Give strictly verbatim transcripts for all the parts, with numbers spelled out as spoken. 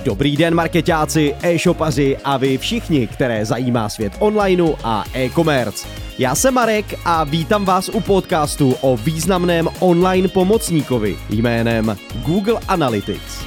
Dobrý den markeťáci, e-shopaři a vy všichni, které zajímá svět onlineu a e-commerce. Já jsem Marek a vítám vás u podcastu o významném online pomocníkovi jménem Google Analytics.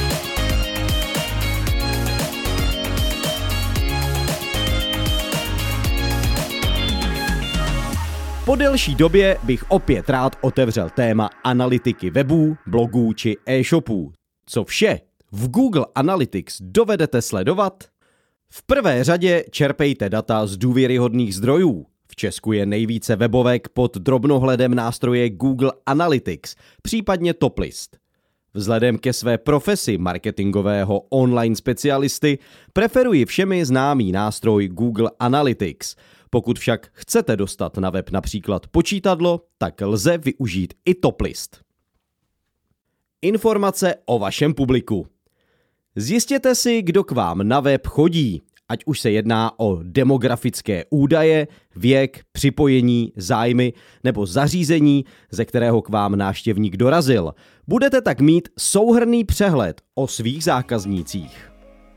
Po delší době bych opět rád otevřel téma analytiky webů, blogů či e-shopů. Co vše v Google Analytics dovedete sledovat? V prvé řadě čerpejte data z důvěryhodných zdrojů. V Česku je nejvíce webovek pod drobnohledem nástroje Google Analytics, případně Toplist. Vzhledem ke své profesi marketingového online specialisty preferuji všemi známý nástroj Google Analytics. Pokud však chcete dostat na web například počítadlo, tak lze využít i Toplist. Informace o vašem publiku. Zjistěte si, kdo k vám na web chodí, ať už se jedná o demografické údaje, věk, připojení, zájmy nebo zařízení, ze kterého k vám návštěvník dorazil. Budete tak mít souhrnný přehled o svých zákaznících.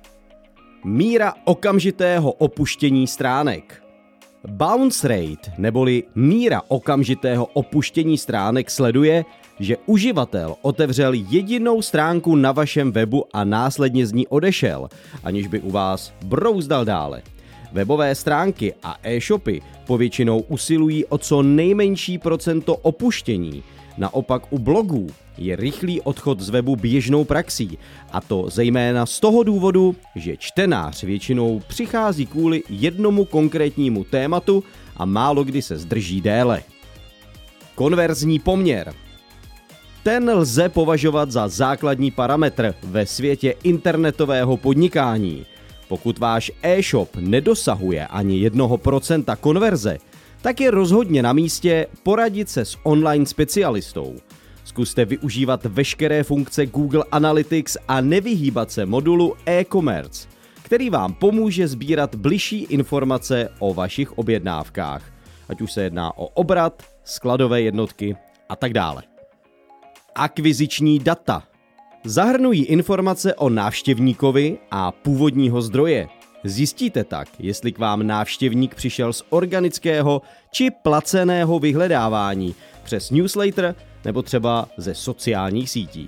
Míra okamžitého opuštění stránek. Bounce rate, neboli míra okamžitého opuštění stránek, sleduje, že uživatel otevřel jedinou stránku na vašem webu a následně z ní odešel, aniž by u vás brouzdal dále. Webové stránky a e-shopy povětšinou usilují o co nejmenší procento opuštění. Naopak u blogů je rychlý odchod z webu běžnou praxí, a to zejména z toho důvodu, že čtenář většinou přichází kvůli jednomu konkrétnímu tématu a málo kdy se zdrží déle. Konverzní poměr. Ten lze považovat za základní parametr ve světě internetového podnikání. Pokud váš e-shop nedosahuje ani jednoho procenta konverze, tak je rozhodně na místě poradit se s online specialistou. Zkuste využívat veškeré funkce Google Analytics a nevyhýbat se modulu e-commerce, který vám pomůže sbírat bližší informace o vašich objednávkách, ať už se jedná o obrat, skladové jednotky a tak dále. Akviziční data. Zahrnují informace o návštěvníkovi a původního zdroje. Zjistíte tak, jestli k vám návštěvník přišel z organického či placeného vyhledávání přes newsletter nebo třeba ze sociálních sítí.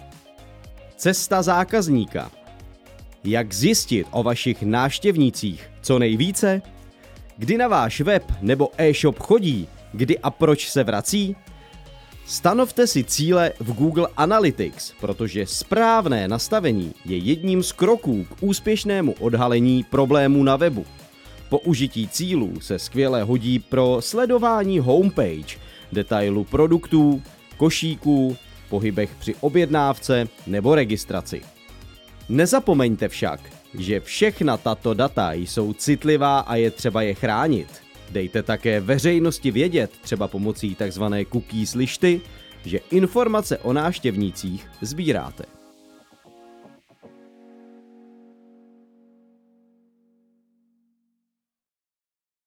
Cesta zákazníka. Jak zjistit o vašich návštěvnících co nejvíce? Kdy na váš web nebo e-shop chodí? Kdy a proč se vrací? Stanovte si cíle v Google Analytics, protože správné nastavení je jedním z kroků k úspěšnému odhalení problémů na webu. Použití cílů se skvěle hodí pro sledování homepage, detailu produktů, košíků, pohybech při objednávce nebo registraci. Nezapomeňte však, že všechna tato data jsou citlivá a je třeba je chránit. Dejte také veřejnosti vědět, třeba pomocí tzv. Cookies lišty, že informace o návštěvnících sbíráte.